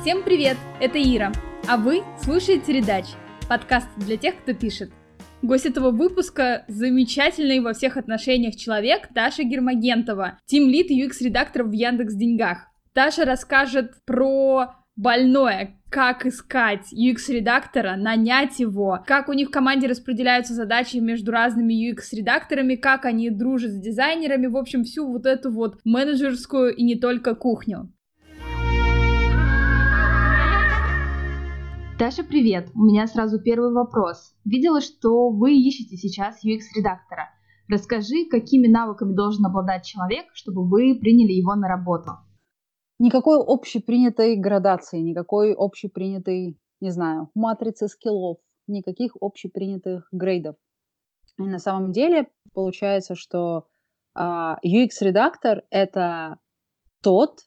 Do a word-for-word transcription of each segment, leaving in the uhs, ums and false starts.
Всем привет, это Ира, а вы слушаете Редач, подкаст для тех, кто пишет. Гость этого выпуска – замечательный во всех отношениях человек Таша Гермогентова, тимлид ю экс-редакторов в Яндекс.Деньгах. Таша расскажет про больное, как искать ю экс-редактора, нанять его, как у них в команде распределяются задачи между разными ю экс-редакторами, как они дружат с дизайнерами, в общем, всю вот эту вот менеджерскую и не только кухню. Таша, привет! У меня сразу первый вопрос. Видела, что вы ищете сейчас ю экс-редактора. Расскажи, какими навыками должен обладать человек, чтобы вы приняли его на работу? Никакой общепринятой градации, никакой общепринятой, не знаю, матрицы скиллов, никаких общепринятых грейдов. И на самом деле получается, что а, ю экс-редактор — это тот,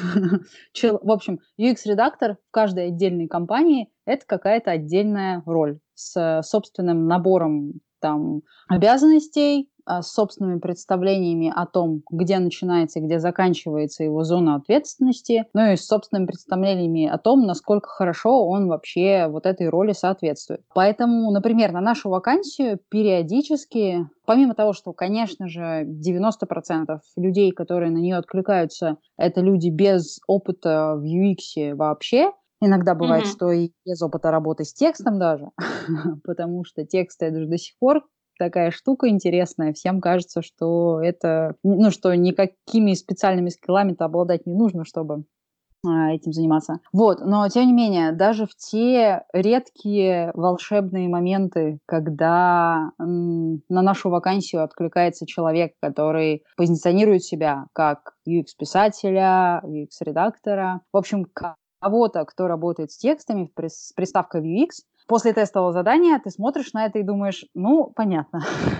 в общем, ю экс-редактор в каждой отдельной компании — это какая-то отдельная роль с собственным набором там обязанностей, с собственными представлениями о том, где начинается и где заканчивается его зона ответственности, ну и с собственными представлениями о том, насколько хорошо он вообще вот этой роли соответствует. Поэтому, например, на нашу вакансию периодически, помимо того, что, конечно же, девяносто процентов людей, которые на нее откликаются, это люди без опыта в ю экс вообще. Иногда бывает, mm-hmm. что и без опыта работы с текстом даже, потому что текст — это же до сих пор такая штука интересная. Всем кажется, что это, ну, что никакими специальными скиллами-то обладать не нужно, чтобы а, этим заниматься. Вот, но тем не менее, даже в те редкие волшебные моменты, когда м, на нашу вакансию откликается человек, который позиционирует себя как ю экс-писателя, ю экс-редактора, в общем, кого-то, кто работает с текстами, с приставкой в ю экс, после тестового задания ты смотришь на это и думаешь, ну, понятно.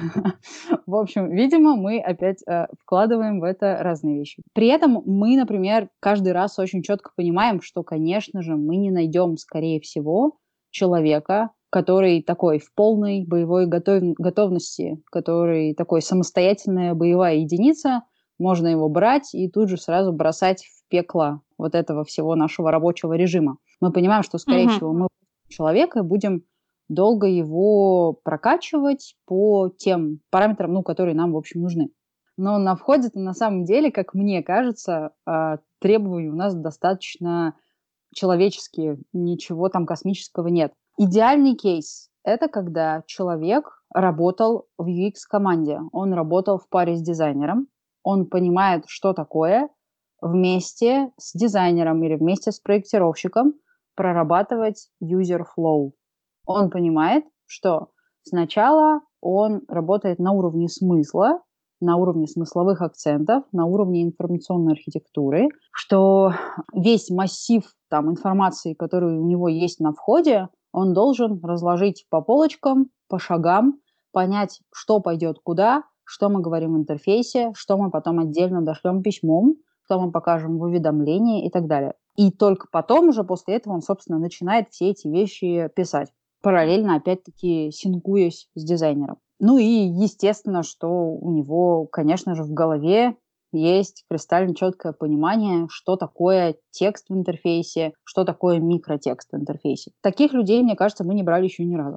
В общем, видимо, мы опять э, вкладываем в это разные вещи. При этом мы, например, каждый раз очень четко понимаем, что, конечно же, мы не найдем, скорее всего, человека, который такой в полной боевой готов... готовности, который такой самостоятельная боевая единица, можно его брать и тут же сразу бросать в пекло вот этого всего нашего рабочего режима. Мы понимаем, что, скорее mm-hmm. всего, мы человека и будем долго его прокачивать по тем параметрам, ну, которые нам, в общем, нужны. Но на входе на самом деле, как мне кажется, требований у нас достаточно человеческие, ничего там космического нет. Идеальный кейс – это когда человек работал в ю экс-команде, он работал в паре с дизайнером, он понимает, что такое вместе с дизайнером или вместе с проектировщиком прорабатывать user flow. Он понимает, что сначала он работает на уровне смысла, на уровне смысловых акцентов, на уровне информационной архитектуры, что весь массив там, информации, который у него есть на входе, он должен разложить по полочкам, по шагам, понять, что пойдет куда, что мы говорим в интерфейсе, что мы потом отдельно дошлем письмом, что мы покажем в уведомлении и так далее. И только потом уже после этого он, собственно, начинает все эти вещи писать, параллельно, опять-таки, синкуясь с дизайнером. Ну и естественно, что у него, конечно же, в голове есть кристально четкое понимание, что такое текст в интерфейсе, что такое микротекст в интерфейсе. Таких людей, мне кажется, мы не брали еще ни разу.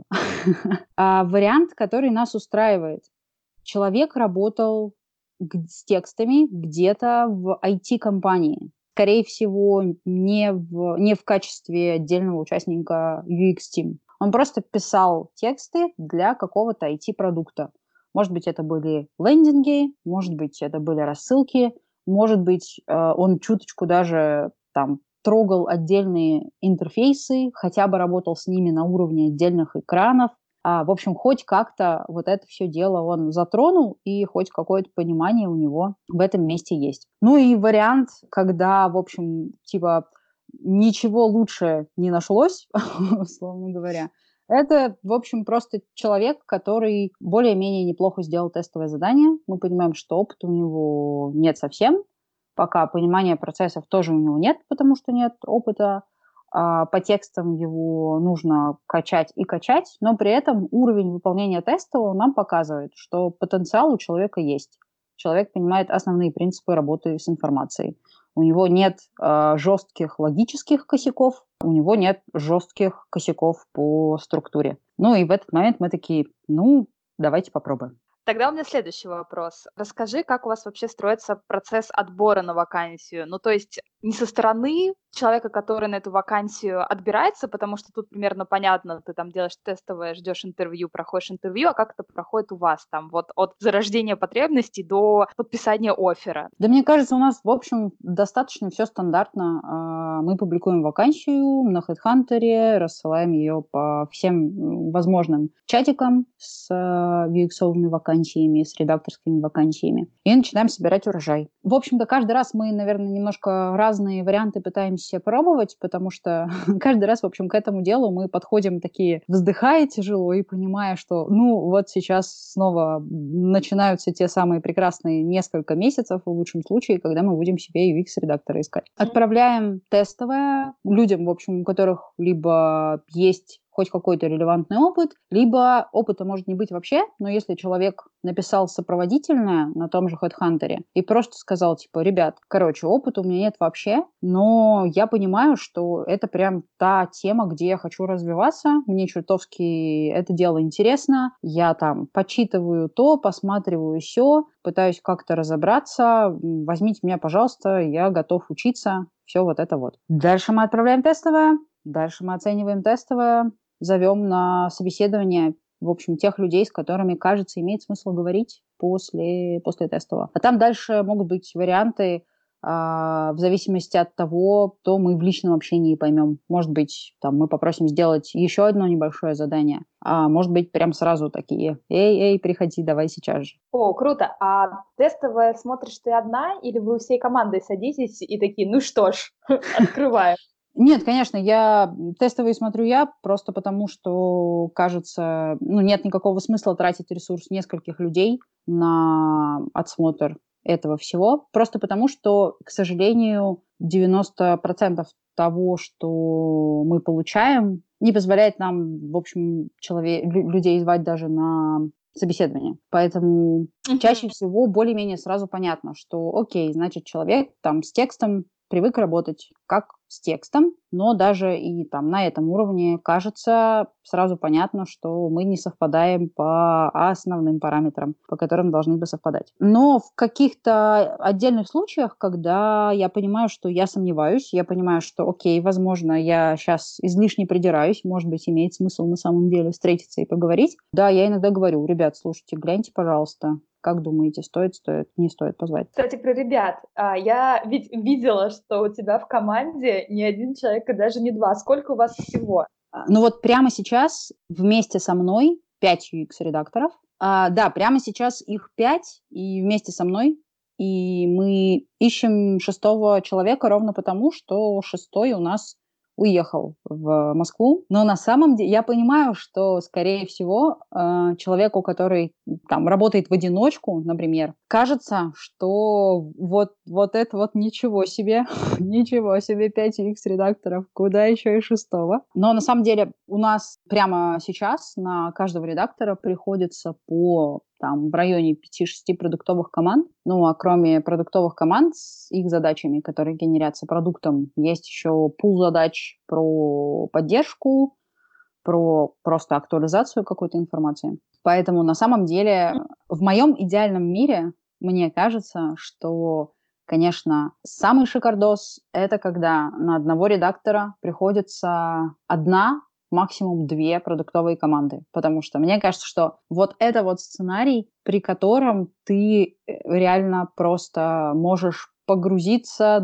А вариант, который нас устраивает. Человек работал с текстами где-то в ай ти-компании. Скорее всего, не в, не в качестве отдельного участника ю экс-team. Он просто писал тексты для какого-то ай ти-продукта. Может быть, это были лендинги, может быть, это были рассылки, может быть, он чуточку даже там трогал отдельные интерфейсы, хотя бы работал с ними на уровне отдельных экранов. А, в общем, хоть как-то вот это все дело он затронул, и хоть какое-то понимание у него в этом месте есть. Ну и вариант, когда, в общем, типа ничего лучше не нашлось, условно говоря, это, в общем, просто человек, который более-менее неплохо сделал тестовое задание. Мы понимаем, что опыта у него нет совсем, пока понимания процессов тоже у него нет, потому что нет опыта. По текстам его нужно качать и качать, но при этом уровень выполнения тестового нам показывает, что потенциал у человека есть. Человек понимает основные принципы работы с информацией. У него нет э, жестких логических косяков, у него нет жестких косяков по структуре. Ну и в этот момент мы такие, ну, давайте попробуем. Тогда у меня следующий вопрос. Расскажи, как у вас вообще строится процесс отбора на вакансию? Ну, то есть не со стороны человека, который на эту вакансию отбирается, потому что тут примерно понятно, ты там делаешь тестовое, ждешь интервью, проходишь интервью, а как это проходит у вас там вот от зарождения потребностей до подписания оффера? Да мне кажется, у нас, в общем, достаточно все стандартно. А, Мы публикуем вакансию на HeadHunter, рассылаем ее по всем возможным чатикам с ю экс-овыми вакансиями, с редакторскими вакансиями и начинаем собирать урожай. В общем-то, каждый раз мы, наверное, немножко разные варианты пытаемся пробовать, потому что каждый раз, в общем, к этому делу мы подходим такие, вздыхая тяжело и понимая, что, ну, вот сейчас снова начинаются те самые прекрасные несколько месяцев, в лучшем случае, когда мы будем себе ю экс-редактора искать. Отправляем тестовое людям, в общем, у которых либо есть хоть какой-то релевантный опыт, либо опыта может не быть вообще, но если человек написал сопроводительное на том же HeadHunter и просто сказал, типа, ребят, короче, опыта у меня нет вообще, но я понимаю, что это прям та тема, где я хочу развиваться, мне чертовски это дело интересно, я там почитываю то, посматриваю сё, пытаюсь как-то разобраться, возьмите меня, пожалуйста, я готов учиться, все вот это вот. Дальше мы отправляем тестовое, дальше мы оцениваем тестовое, зовем на собеседование, в общем, тех людей, с которыми, кажется, имеет смысл говорить после, после тестового. А там дальше могут быть варианты, а, в зависимости от того, то мы в личном общении поймем. Может быть, там мы попросим сделать еще одно небольшое задание, а может быть, прям сразу такие, эй, эй, приходи, давай сейчас же. О, круто. А тестовое смотришь ты одна или вы всей командой садитесь и такие, ну что ж, открываем? Нет, конечно, я тестовые смотрю я, просто потому что, кажется, ну, нет никакого смысла тратить ресурс нескольких людей на отсмотр этого всего, просто потому что, к сожалению, девяносто процентов того, что мы получаем, не позволяет нам, в общем, человек, людей звать даже на собеседование. Поэтому uh-huh. чаще всего более-менее сразу понятно, что окей, значит, человек там с текстом привык работать как с текстом, но даже и там на этом уровне кажется сразу понятно, что мы не совпадаем по основным параметрам, по которым должны бы совпадать. Но в каких-то отдельных случаях, когда я понимаю, что я сомневаюсь, я понимаю, что окей, возможно, я сейчас излишне придираюсь, может быть, имеет смысл на самом деле встретиться и поговорить. Да, я иногда говорю, ребят, слушайте, гляньте, пожалуйста, как думаете, стоит, стоит, не стоит позвать? Кстати, про ребят. Я ведь видела, что у тебя в команде не один человек и даже не два. Сколько у вас всего? Ну вот прямо сейчас вместе со мной пять ю экс-редакторов. А, да, прямо сейчас их пять и вместе со мной. И мы ищем шестого человека ровно потому, что шестой у нас уехал в Москву. Но на самом деле я понимаю, что, скорее всего, человеку, который там работает в одиночку, например, кажется, что вот, вот это вот ничего себе, ничего себе, пять ю экс-редакторов, куда еще и шестого. Но на самом деле у нас прямо сейчас на каждого редактора приходится по там в районе пяти-шести продуктовых команд. Ну, а кроме продуктовых команд с их задачами, которые генерятся продуктом, есть еще пул задач про поддержку, про просто актуализацию какой-то информации. Поэтому на самом деле в моем идеальном мире мне кажется, что, конечно, самый шикардос – это когда на одного редактора приходится одна, максимум две продуктовые команды. Потому что мне кажется, что вот это вот сценарий, при котором ты реально просто можешь погрузиться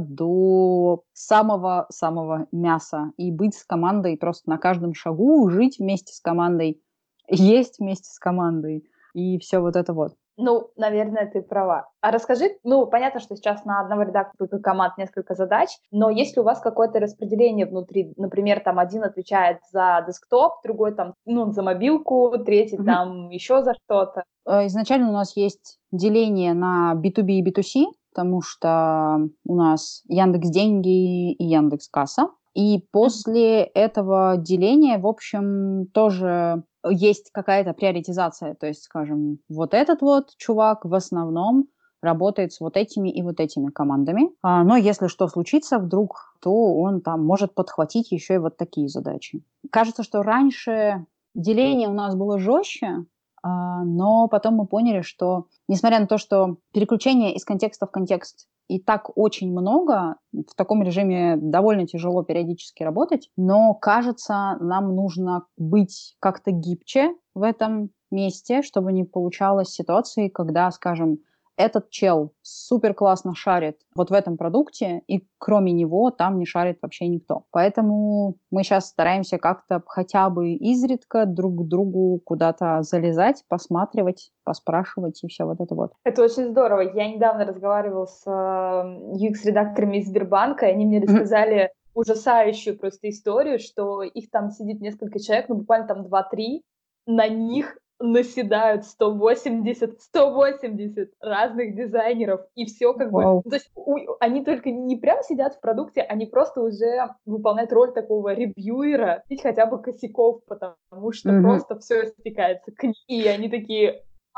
до самого-самого мяса и быть с командой просто на каждом шагу, жить вместе с командой, есть вместе с командой и все вот это вот. Ну, наверное, ты права. А расскажи, ну, понятно, что сейчас на одного редактора команд несколько задач, но есть ли у вас какое-то распределение внутри? Например, там один отвечает за десктоп, другой там, ну, за мобилку, третий mm-hmm. там еще за что-то. Изначально у нас есть деление на би ту би и би ту си, потому что у нас Яндекс.Деньги и Яндекс.Касса. И после mm-hmm. этого деления, в общем, тоже есть какая-то приоритизация. То есть, скажем, вот этот вот чувак в основном работает с вот этими и вот этими командами. А, но если что случится вдруг, то он там может подхватить еще и вот такие задачи. Кажется, что раньше деление у нас было жестче, а, но потом мы поняли, что несмотря на то, что переключение из контекста в контекст и так очень много, в таком режиме довольно тяжело периодически работать, но, кажется, нам нужно быть как-то гибче в этом месте, чтобы не получалось ситуации, когда, скажем, этот чел супер классно шарит вот в этом продукте, и кроме него там не шарит вообще никто. Поэтому мы сейчас стараемся как-то хотя бы изредка друг к другу куда-то залезать, посматривать, поспрашивать и все вот это вот. Это очень здорово. Я недавно разговаривала с ю экс-редакторами из Сбербанка, и они мне рассказали ужасающую просто историю, что их там сидит несколько человек, ну буквально там два-три, на них наседают сто восемьдесят разных дизайнеров, и все как Вау. бы... То есть у, они только не прям сидят в продукте, они просто уже выполняют роль такого ревьюера, и хотя бы косяков, потому что Мгм. просто все стекается к ним, и они такие...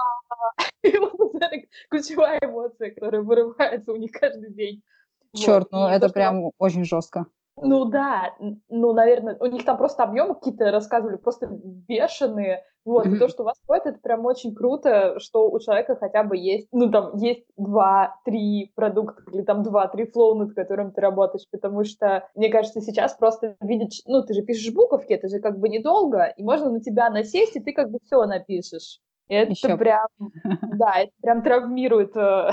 И вот это ключевая эмоция, которая вырывается у них каждый день. Черт, Вот. ну И это то, что прям очень жестко. ну да, н- ну, наверное, у них там просто объемы какие-то рассказывали, просто бешеные. Вот, и то, Мгм. что у вас входит, это прям очень круто, что у человека хотя бы есть, ну, там, есть два-три продукта или там два-три флоу, над которым ты работаешь, потому что, мне кажется, сейчас просто видеть, ну, ты же пишешь буковки, это же как бы недолго, и можно на тебя насесть, и ты как бы все напишешь. И это Еще. прям, да, это прям травмирует э,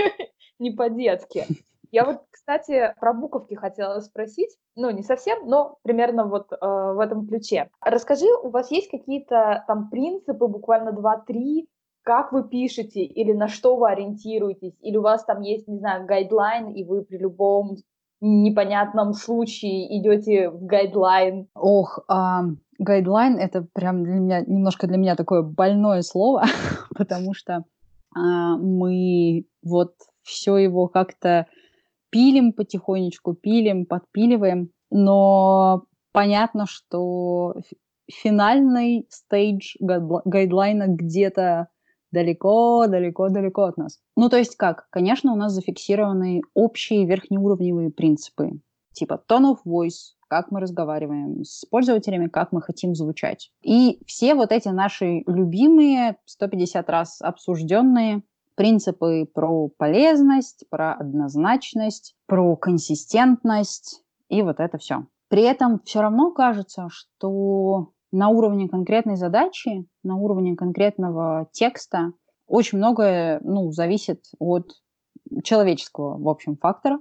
не по-детски. Я вот, кстати, про буковки хотела спросить. Ну, не совсем, но примерно вот э, в этом ключе. Расскажи, у вас есть какие-то там принципы, буквально два-три, как вы пишете или на что вы ориентируетесь? Или у вас там есть, не знаю, гайдлайн, и вы при любом непонятном случае идете в гайдлайн? Ох, а, гайдлайн это прям для меня немножко для меня такое больное слово, потому что а, мы вот все его как-то пилим потихонечку, пилим, подпиливаем, но понятно, что фи- финальный стейдж гайдла- гайдлайна где-то далеко, далеко, далеко от нас. Ну, то есть как? Конечно, у нас зафиксированы общие верхнеуровневые принципы, типа tone of voice, как мы разговариваем с пользователями, как мы хотим звучать. И все вот эти наши любимые, сто пятьдесят раз обсужденные принципы про полезность, про однозначность, про консистентность и вот это все. При этом все равно кажется, что на уровне конкретной задачи, на уровне конкретного текста очень многое, ну, зависит от человеческого, в общем, фактора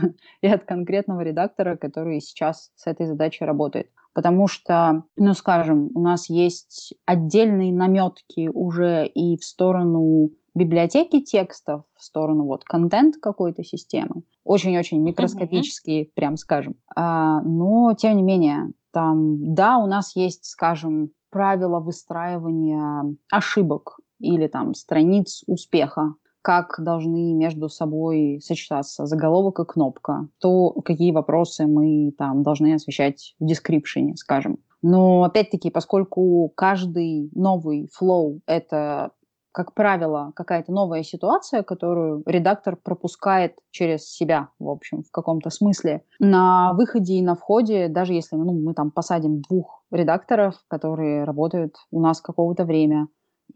и от конкретного редактора, который сейчас с этой задачей работает. Потому что, ну, скажем, у нас есть отдельные наметки уже и в сторону библиотеки текстов, в сторону вот контент какой-то системы. Очень-очень Мгм. микроскопические, прям скажем. А, но, тем не менее, там, да, у нас есть, скажем, правила выстраивания ошибок или там страниц успеха, как должны между собой сочетаться заголовок и кнопка, то какие вопросы мы там должны освещать в дескрипшене, скажем. Но опять-таки, поскольку каждый новый флоу — это, как правило, какая-то новая ситуация, которую редактор пропускает через себя, в общем, в каком-то смысле, на выходе и на входе, даже если ну, мы там посадим двух редакторов, которые работают у нас какого-то время,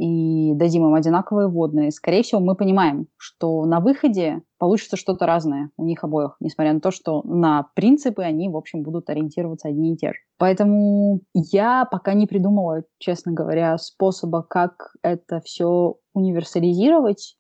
и дадим им одинаковые вводные, скорее всего, мы понимаем, что на выходе получится что-то разное у них обоих, несмотря на то, что на принципы они, в общем, будут ориентироваться одни и те же. Поэтому я пока не придумала, честно говоря, способа, как это все универсализировать,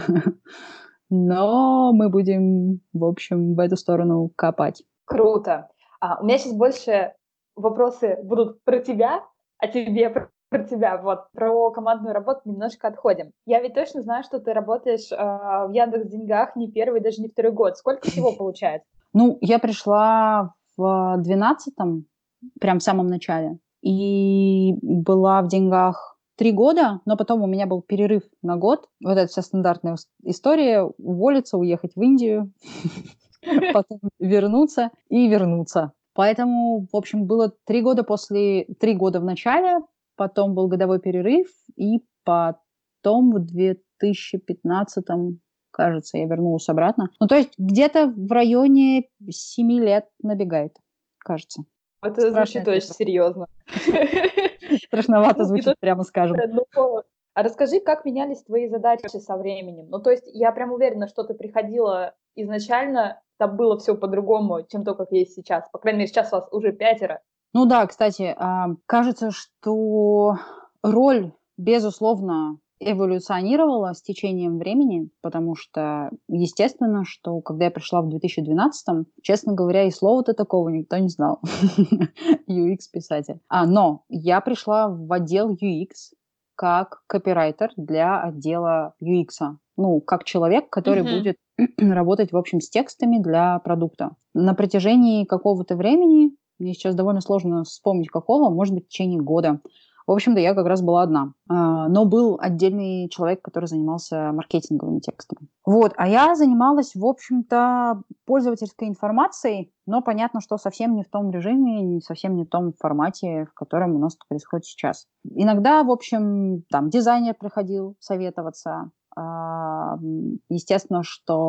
но мы будем, в общем, в эту сторону копать. Круто. А, у меня сейчас больше вопросы будут про тебя, а тебе про про тебя. Вот, про командную работу немножко отходим. Я ведь точно знаю, что ты работаешь а, в Яндекс Деньгах не первый, даже не второй год. Сколько всего получается? Ну, я пришла в двенадцатом, прям в самом начале, и была в деньгах три года, но потом у меня был перерыв на год. Вот эта вся стандартная ус- история: уволиться, уехать в Индию, потом вернуться и вернуться. Поэтому, в общем, было три года после, три года в начале, потом был годовой перерыв, и потом в две тысячи пятнадцатом кажется, я вернулась обратно. Ну, то есть где-то в районе семи лет набегает, кажется. Это Страшная звучит очень цифра. серьезно. Страшновато Ну, и звучит, то, прямо скажем. но а расскажи, как менялись твои задачи со временем? Ну, то есть я прям уверена, что ты приходила изначально, там было все по-другому, чем то, как есть сейчас. По крайней мере, сейчас вас уже пятеро. Ну да, кстати, а, кажется, что роль, безусловно, эволюционировала с течением времени, потому что, естественно, что когда я пришла в две тысячи двенадцатом, честно говоря, и слова-то такого никто не знал. ю экс-писатель. А, но я пришла в отдел ю экс как копирайтер для отдела ю экс. Ну, как человек, который Мгм. будет работать, в общем, с текстами для продукта. На протяжении какого-то времени, мне сейчас довольно сложно вспомнить какого, может быть, в течение года. В общем-то, я как раз была одна. А, Но был отдельный человек, который занимался маркетинговыми текстами. Вот, а я занималась, в общем-то, пользовательской информацией, но понятно, что совсем не в том режиме, не совсем не в том формате, в котором у нас это происходит сейчас. Иногда, в общем, там дизайнер приходил советоваться. А, м, Естественно,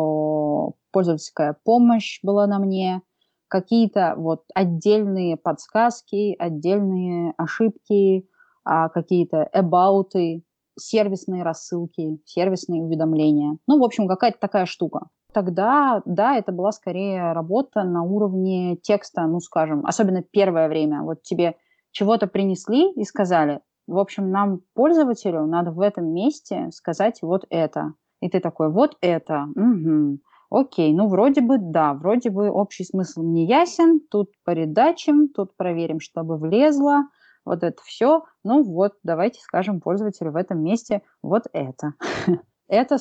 что пользовательская помощь была на мне, какие-то вот отдельные подсказки, отдельные ошибки, а, какие-то абауты, сервисные рассылки, сервисные уведомления. Ну, в общем, какая-то такая штука. Тогда, да, это была скорее работа на уровне текста, ну, скажем, особенно первое время. Вот тебе чего-то принесли и сказали, в общем, нам, пользователю, надо в этом месте сказать вот это. И ты такой, вот это, угу. Окей, ну вроде бы да, вроде бы общий смысл мне ясен, тут поредачим, тут проверим, чтобы влезло, вот это все. Ну вот, давайте скажем пользователю в этом месте вот это. Это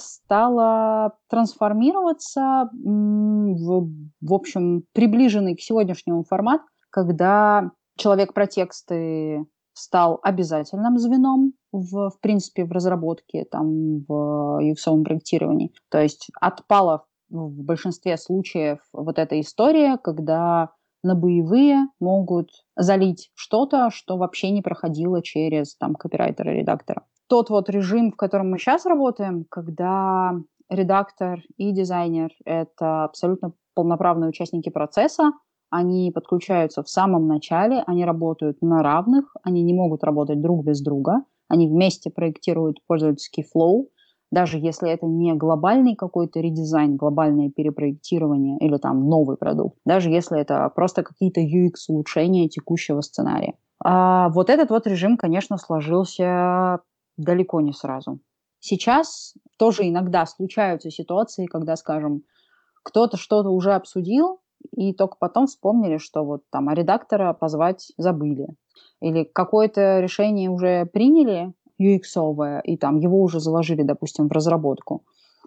стало трансформироваться м, в, в общем, приближенный к сегодняшнему формат, когда человек про тексты стал обязательным звеном в, в принципе, в разработке, там, в ю экс-овом проектировании. То есть отпала в большинстве случаев вот эта история, когда на боевые могут залить что-то, что вообще не проходило через там копирайтера, редактора. Тот вот режим, в котором мы сейчас работаем, когда редактор и дизайнер – это абсолютно полноправные участники процесса, они подключаются в самом начале, они работают на равных, они не могут работать друг без друга, они вместе проектируют пользовательский флоу, даже если это не глобальный какой-то редизайн, глобальное перепроектирование или там новый продукт, даже если это просто какие-то ю экс-улучшения текущего сценария. А вот этот вот режим, конечно, сложился далеко не сразу. Сейчас тоже иногда случаются ситуации, когда, скажем, кто-то что-то уже обсудил, и только потом вспомнили, что вот там а редактора позвать забыли. Или какое-то решение уже приняли, ю экс-овое, и там его уже заложили, допустим, в разработку.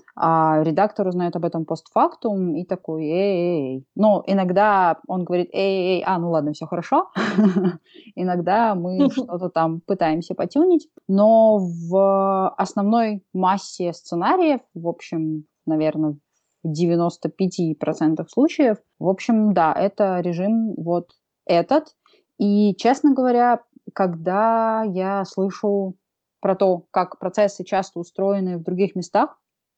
А редактор узнает об этом постфактум и такой, эй-эй-эй. Но иногда он говорит, эй-эй-эй, а, ну ладно, все хорошо. Иногда мы что-то там пытаемся потюнить, но в основной массе сценариев, в общем, наверное, в девяносто пять процентов случаев, в общем, да, это режим вот этот. И, честно говоря, когда я слышу про то, как процессы часто устроены в других местах,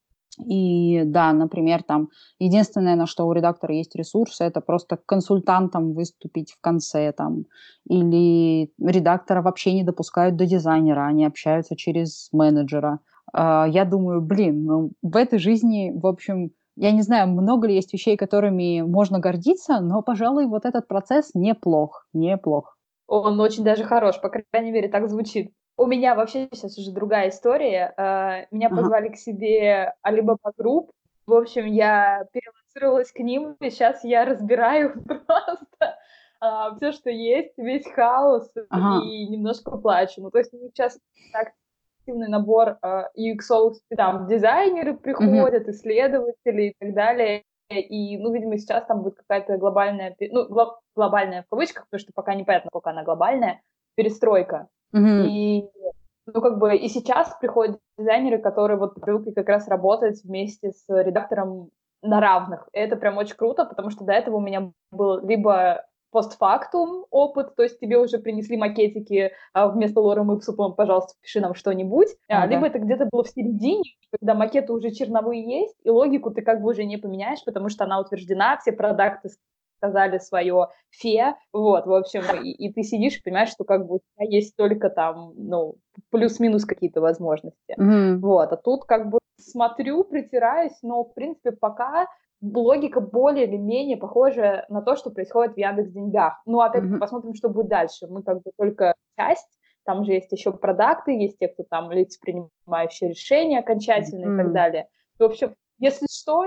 и да, например, там единственное, на что у редактора есть ресурсы, это просто консультантом выступить в конце там, или редактора вообще не допускают до дизайнера, они общаются через менеджера. А, Я думаю, блин, ну в этой жизни, в общем, я не знаю, много ли есть вещей, которыми можно гордиться, но, пожалуй, вот этот процесс неплох, неплох. Он очень даже хорош, по крайней мере, так звучит. У меня вообще сейчас уже другая история. Э, Меня Ага. позвали к себе Alibaba Group. В общем, я перелоцировалась к ним, и сейчас я разбираю просто все, что есть, весь хаос, Ага. и немножко плачу. Ну, то есть у них сейчас так активный набор э, ю экс-овых, там дизайнеры Мгм. приходят, исследователи и так далее. И, ну, видимо, сейчас там будет какая-то глобальная, пе- ну, гло- глобальная в кавычках, потому что пока непонятно, сколько она глобальная, перестройка. Мгм. И, ну, как бы, и сейчас приходят дизайнеры, которые вот привыкли как раз работать вместе с редактором на равных. И это прям очень круто, потому что до этого у меня был либо постфактум опыт, то есть тебе уже принесли макетики а, вместо лорем ипсум, пожалуйста, пиши нам что-нибудь, а, Ага. либо это где-то было в середине, когда макеты уже черновые есть, и логику ты как бы уже не поменяешь, потому что она утверждена, все продукты сказали свое фе, вот, в общем, и, и ты сидишь и понимаешь, что как бы у тебя есть только там, ну, плюс-минус какие-то возможности, Мгм. вот, а тут как бы смотрю, притираюсь, но, в принципе, пока логика более или менее похожа на то, что происходит в Яндекс.Деньгах. Ну, опять-таки, Мгм. посмотрим, что будет дальше. Мы как бы только часть, там же есть еще продакты, есть те, кто там лица, принимающие решения окончательные и так Мгм. далее. В общем, если что,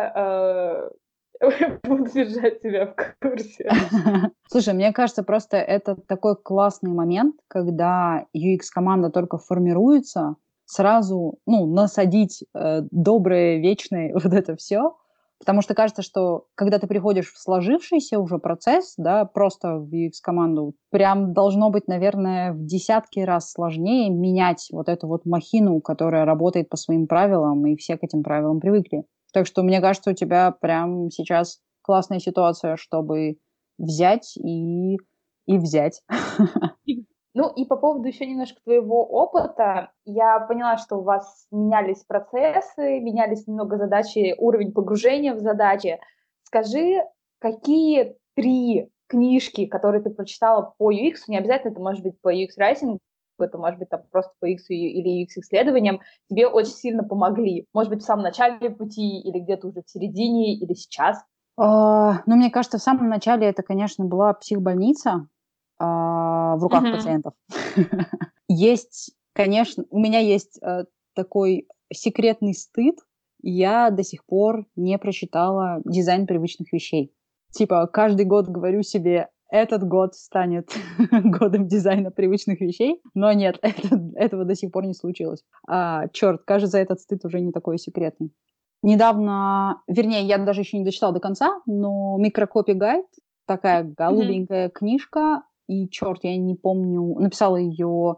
я э, буду держать тебя в курсе. Слушай, мне кажется, просто это такой классный момент, когда ю экс-команда только формируется, сразу, ну, насадить э, доброе, вечное, вот это все. Потому что кажется, что когда ты приходишь в сложившийся уже процесс, да, просто в ю экс-команду, прям должно быть, наверное, в десятки раз сложнее менять вот эту вот махину, которая работает по своим правилам, и все к этим правилам привыкли. Так что, мне кажется, у тебя прям сейчас классная ситуация, чтобы взять и, и взять. Ну и по поводу еще немножко твоего опыта, я поняла, что у вас менялись процессы, менялись немного задачи, уровень погружения в задачи. Скажи, какие три книжки, которые ты прочитала по ю экс, не обязательно это может быть по ю экс-райтингу, это может быть там просто по ю экс или ю экс-исследованиям, тебе очень сильно помогли? Может быть, в самом начале пути или где-то уже в середине или сейчас? А, Ну, мне кажется, в самом начале это, конечно, была психбольница а, в руках Мгм. пациентов. Есть, конечно, у меня есть э, такой секретный стыд. Я до сих пор не прочитала «Дизайн привычных вещей». Типа каждый год говорю себе, этот год станет годом дизайна привычных вещей, но нет, это, этого до сих пор не случилось. А, черт, кажется, этот стыд уже не такой секретный. Недавно, вернее, я даже еще не дочитала до конца, но «Микрокопи гайд», такая Мгм. голубенькая книжка, и, черт, я не помню, написала ее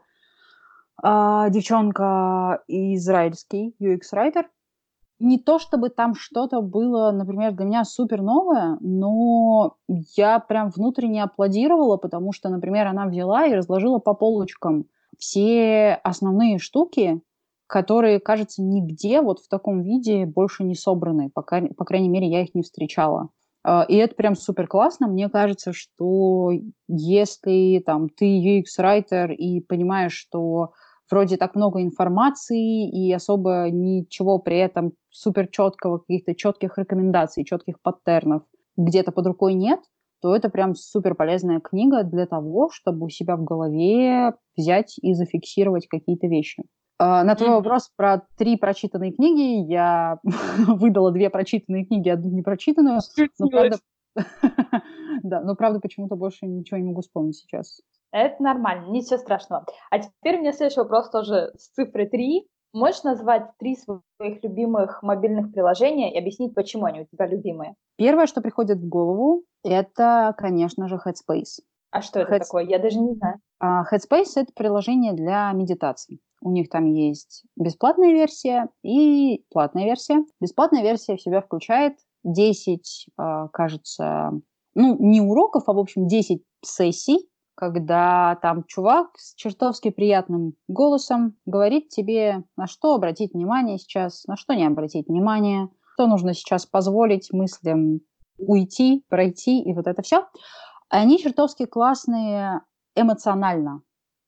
а, девчонка израильский ю экс-райтер. Не то чтобы там что-то было, например, для меня супер новое, но я прям внутренне аплодировала, потому что, например, она взяла и разложила по полочкам все основные штуки, которые, кажется, нигде вот в таком виде больше не собраны. Пока, по крайней мере, я их не встречала. А, И это прям супер классно. Мне кажется, что если там ты ю экс-райтер и понимаешь, что вроде так много информации и особо ничего при этом супер четкого, каких-то четких рекомендаций, четких паттернов где-то под рукой нет, то это прям супер полезная книга для того, чтобы у себя в голове взять и зафиксировать какие-то вещи. А, На твой Мгм. вопрос про три прочитанные книги, я выдала две прочитанные книги, одну непрочитанную, но правда, Шутилась. да, но правда почему-то больше ничего не могу вспомнить сейчас. Это нормально, ничего страшного. А теперь у меня следующий вопрос тоже с цифрой три. Можешь назвать три своих любимых мобильных приложения и объяснить, почему они у тебя любимые? Первое, что приходит в голову, это, конечно же, Headspace. А что это Heads- такое? Я даже не знаю. а, Headspace — это приложение для медитаций. У них там есть бесплатная версия и платная версия. Бесплатная версия в себя включает десять, а, кажется, ну, не уроков, а, в общем, десять сессий, когда там чувак с чертовски приятным голосом говорит тебе, на что обратить внимание сейчас, на что не обратить внимание, что нужно сейчас позволить мыслям уйти, пройти, и вот это все. Они чертовски классные эмоционально.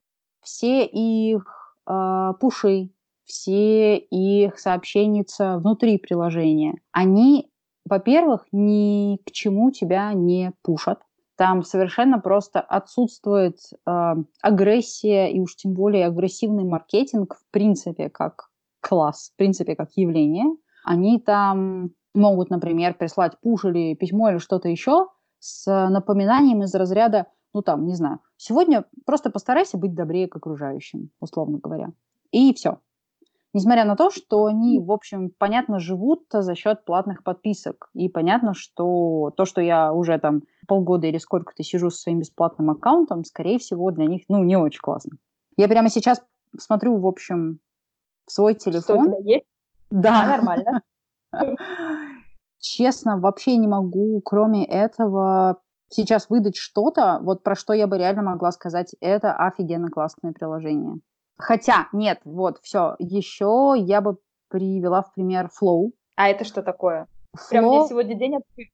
Все их а, пуши, все их сообщенница внутри приложения, они, во-первых, ни к чему тебя не пушат. Там совершенно просто отсутствует а, агрессия и уж тем более агрессивный маркетинг в принципе как класс, в принципе как явление. Они там могут, например, прислать пуш или письмо или что-то еще с напоминанием из разряда, ну там, не знаю, сегодня просто постарайся быть добрее к окружающим, условно говоря. И все. Несмотря на то, что они, в общем, понятно, живут за счет платных подписок. И понятно, что то, что я уже там полгода или сколько-то сижу со своим бесплатным аккаунтом, скорее всего, для них, ну, не очень классно. Я прямо сейчас смотрю, в общем, в свой Что у телефон. тебя есть? А, Да, нормально. честно, вообще не могу, кроме этого, сейчас выдать что-то, вот про что я бы реально могла сказать, это офигенно классное приложение. Хотя, нет, вот, все, еще я бы привела в пример Flow. А это что такое? Flow... Прям мне сегодня день открыт.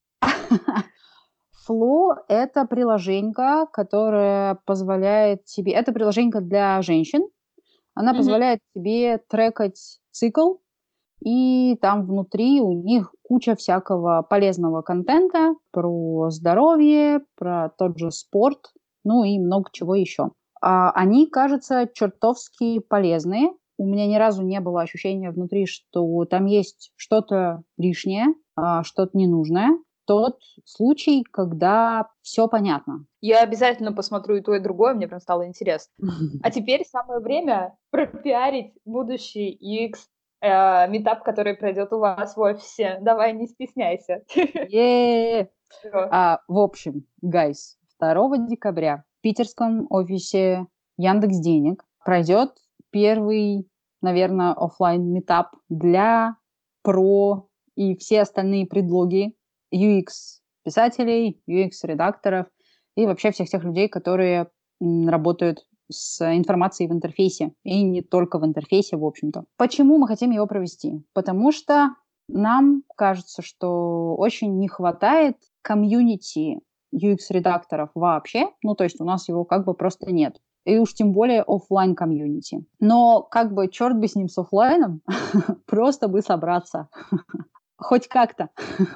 Flow — это приложенька, которая позволяет тебе... Это приложенька для женщин. Она mm-hmm. позволяет тебе трекать цикл, и там внутри у них куча всякого полезного контента про здоровье, про тот же спорт, ну и много чего еще. А они, кажется, чертовски полезные. У меня ни разу не было ощущения внутри, что там есть что-то лишнее, что-то ненужное. Тот случай, когда все понятно. Я обязательно посмотрю и то, и другое, мне прям стало интересно. А теперь самое время пропиарить будущий ю экс э, митап, который пройдет у вас в офисе. Давай, не стесняйся. А, в общем, гайс, второго декабря в питерском офисе Яндекс.Денег пройдет первый, наверное, офлайн митап для про и все остальные предлоги ю экс-писателей, ю экс-редакторов и вообще всех тех людей, которые м, работают с информацией в интерфейсе, и не только в интерфейсе, в общем-то. Почему мы хотим его провести? Потому что нам кажется, что очень не хватает комьюнити ю экс-редакторов вообще, ну, то есть у нас его как бы просто нет. И уж тем более офлайн комьюнити. Но как бы черт бы с ним, с офлайном, просто бы собраться. Хоть как-то.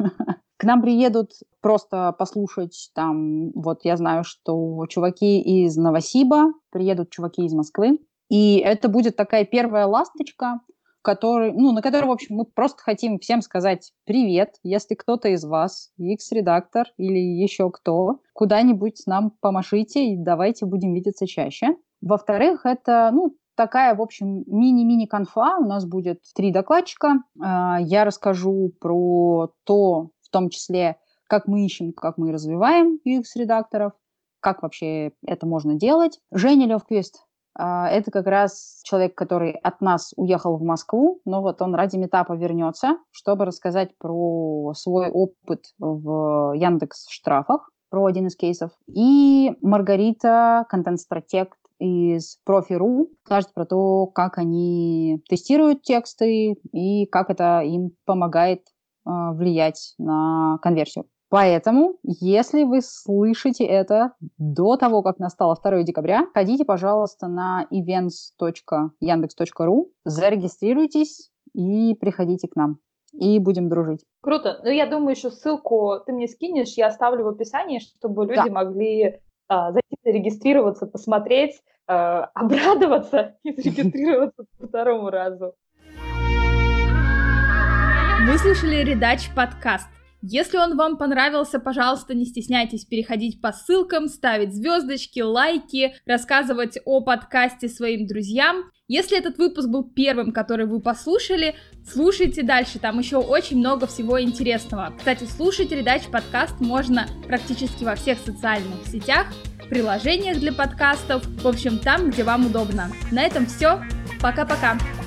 К нам приедут просто послушать там, вот я знаю, что чуваки из Новосиба, приедут чуваки из Москвы, и это будет такая первая ласточка, который, ну, на которой, в общем, мы просто хотим всем сказать привет, если кто-то из вас, ю экс-редактор или еще кто, куда-нибудь нам помашите, и давайте будем видеться чаще. Во-вторых, это, ну, такая, в общем, мини-мини-конфа. У нас будет три докладчика. Я расскажу про то, в том числе, как мы ищем, как мы развиваем ю экс-редакторов, как вообще это можно делать. Женя Левквист — это как раз человек, который от нас уехал в Москву, но вот он ради митапа вернется, чтобы рассказать про свой опыт в Яндекс.Штрафах, про один из кейсов. И Маргарита, контент-стратег из профи точка ру, скажет про то, как они тестируют тексты и как это им помогает э, влиять на конверсию. Поэтому, если вы слышите это до того, как настало второго декабря, ходите, пожалуйста, на events точка яндекс точка ру, зарегистрируйтесь и приходите к нам. И будем дружить. Круто. Ну, я думаю, еще ссылку ты мне скинешь, я оставлю в описании, чтобы люди да. могли а, зайти, зарегистрироваться, посмотреть, а, обрадоваться и зарегистрироваться по второму разу. Вы слушали Редач подкаст. Если он вам понравился, пожалуйста, не стесняйтесь переходить по ссылкам, ставить звездочки, лайки, рассказывать о подкасте своим друзьям. Если этот выпуск был первым, который вы послушали, слушайте дальше, там еще очень много всего интересного. Кстати, слушать Редач подкаст можно практически во всех социальных сетях, приложениях для подкастов, в общем, там, где вам удобно. На этом все. Пока-пока.